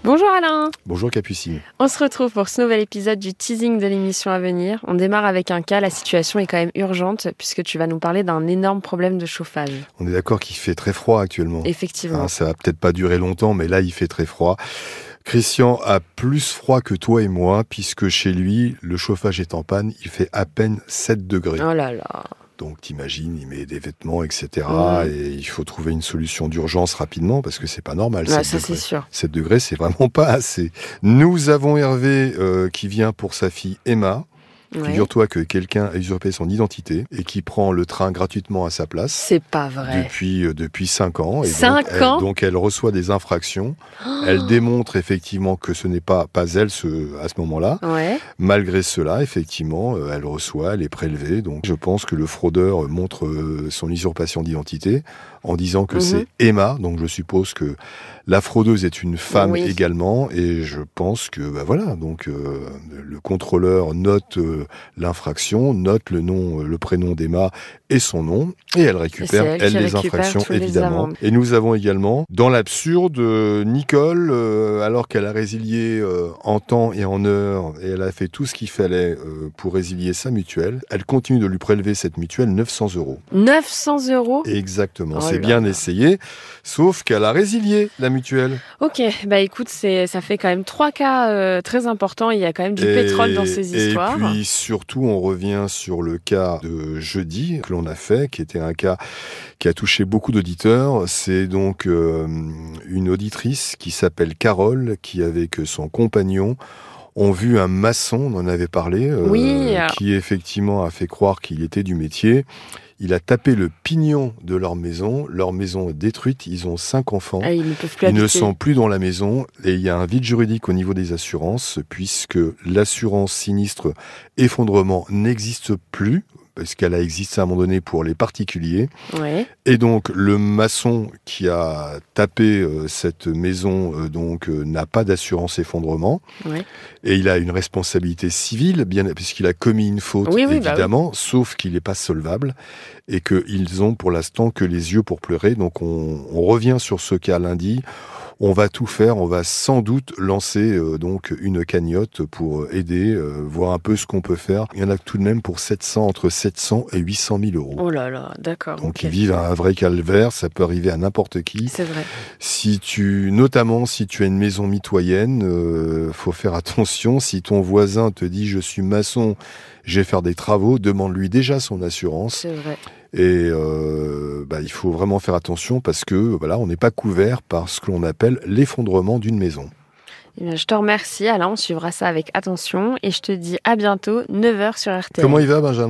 Bonjour Alain. Bonjour Capucine. On se retrouve pour ce nouvel épisode du teasing de l'émission à venir. On démarre avec un cas, la situation est quand même urgente puisque tu vas nous parler d'un énorme problème de chauffage. On est d'accord qu'il fait très froid actuellement. Effectivement. Ça va peut-être pas durer longtemps, mais là il fait très froid. Christian a plus froid que toi et moi puisque chez lui, le chauffage est en panne, il fait à peine 7 degrés. Oh là là. Donc t'imagines, il met des vêtements, etc. Et il faut trouver une solution d'urgence rapidement parce que c'est pas normal. Ouais, ça c'est sûr. 7 degrés, c'est vraiment pas assez. Nous avons Hervé qui vient pour sa fille Emma. Ouais. Figure-toi que quelqu'un a usurpé son identité et qui prend le train gratuitement à sa place. C'est pas vrai. Depuis 5 ans. Et 5 ans. donc elle reçoit des infractions. Elle démontre effectivement que ce n'est pas elle à ce moment-là. Ouais. Malgré cela, effectivement, elle reçoit, elle est prélevée. Donc je pense que le fraudeur montre son usurpation d'identité en disant que c'est Emma. Donc je suppose que la fraudeuse est une femme également. Et je pense que donc le contrôleur note l'infraction, note le nom, le prénom d'Emma et son nom, et elle récupère les infractions évidemment. Et nous avons également, dans l'absurde, Nicole, alors qu'elle a résilié en temps et en heure, et elle a fait tout ce qu'il fallait pour résilier sa mutuelle, elle continue de lui prélever cette mutuelle 900 €. 900 €. Exactement, c'est bien essayé, sauf qu'elle a résilié la mutuelle. Ok, bah écoute, ça fait quand même 3 cas très importants, il y a quand même du pétrole dans ces histoires. Et puis surtout, on revient sur le cas de jeudi que l'on a fait, qui était un cas qui a touché beaucoup d'auditeurs. C'est donc une auditrice qui s'appelle Carole, qui avec son compagnon ont vu un maçon, on en avait parlé, qui effectivement a fait croire qu'il était du métier. Il a tapé le pignon de leur maison est détruite, ils ont 5 enfants, ils ne sont plus dans la maison et il y a un vide juridique au niveau des assurances puisque l'assurance sinistre effondrement n'existe plus, parce qu'elle a existé à un moment donné pour les particuliers. Ouais. Et donc, le maçon qui a tapé cette maison n'a pas d'assurance effondrement. Ouais. Et il a une responsabilité civile, puisqu'il a commis une faute, évidemment, sauf qu'il n'est pas solvable. Et qu'ils ont pour l'instant que les yeux pour pleurer. Donc, on revient sur ce cas lundi. On va tout faire, on va sans doute lancer une cagnotte pour aider, voir un peu ce qu'on peut faire. Il y en a tout de même pour entre 700 et 800 000 €. Oh là là, d'accord. Donc ils vivent un vrai calvaire, ça peut arriver à n'importe qui. C'est vrai. Notamment si tu as une maison mitoyenne, faut faire attention. Si ton voisin te dit « je suis maçon, je vais faire des travaux », demande-lui déjà son assurance. C'est vrai. Et il faut vraiment faire attention parce que on n'est pas couvert par ce que l'on appelle l'effondrement d'une maison. Je te remercie, Alain, on suivra ça avec attention et je te dis à bientôt, 9h sur RTL. Comment il va, Benjamin ?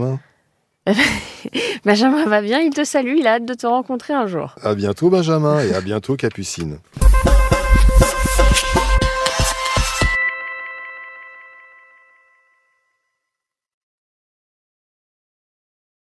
Benjamin va bien, il te salue, il a hâte de te rencontrer un jour. À bientôt, Benjamin, et à bientôt, Capucine.